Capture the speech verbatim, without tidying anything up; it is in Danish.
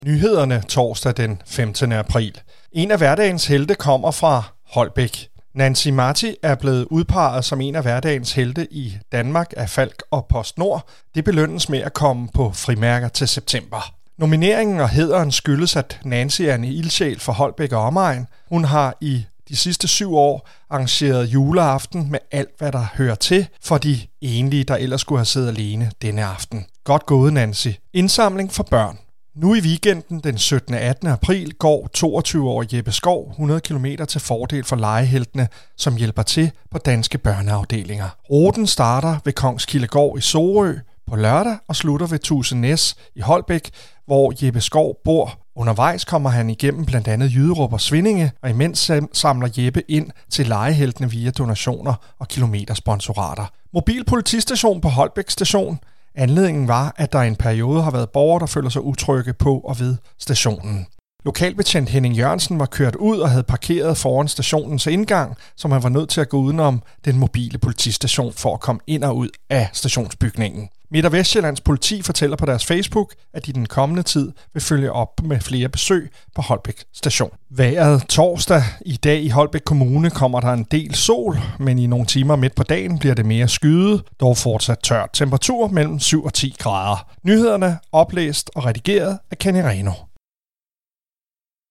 Nyhederne torsdag den femtende april. En af hverdagens helte kommer fra Holbæk. Nancy Marti er blevet udpeget som en af hverdagens helte i Danmark af Falck og PostNord. Det belønnes med at komme på frimærker til september. Nomineringen og hæderen skyldes, at Nancy er en ildsjæl for Holbæk og omegn. Hun har i de sidste syv år arrangeret juleaften med alt, hvad der hører til for de enlige, der ellers skulle have siddet alene denne aften. Godt gået, Nancy. Indsamling for børn. Nu i weekenden den syttende og attende april går toogtyve-årige Jeppe Skov hundrede kilometer til fordel for lejeheltene, som hjælper til på danske børneafdelinger. Ruten starter ved Kongskildegård i Sorø på lørdag og slutter ved Tusenæs i Holbæk, hvor Jeppe Skov bor. Undervejs kommer han igennem blandt andet Jyderup og Svindinge, og imens samler Jeppe ind til lejeheltene via donationer og kilometersponsorater. Mobil politistation på Holbæk station. Anledningen var, at der i en periode har været borgere, der føler sig utrygge på og ved stationen. Lokalbetjent Henning Jørgensen var kørt ud og havde parkeret foran stationens indgang, som han var nødt til at gå udenom den mobile politistation for at komme ind og ud af stationsbygningen. Midt- og Vestjyllands politi fortæller på deres Facebook, at de den kommende tid vil følge op med flere besøg på Holbæk station. Vejret torsdag i dag i Holbæk Kommune kommer der en del sol, men i nogle timer midt på dagen bliver det mere skyet, dog fortsat tørt. Temperatur mellem syv og ti grader. Nyhederne oplæst og redigeret af Kenny Reno.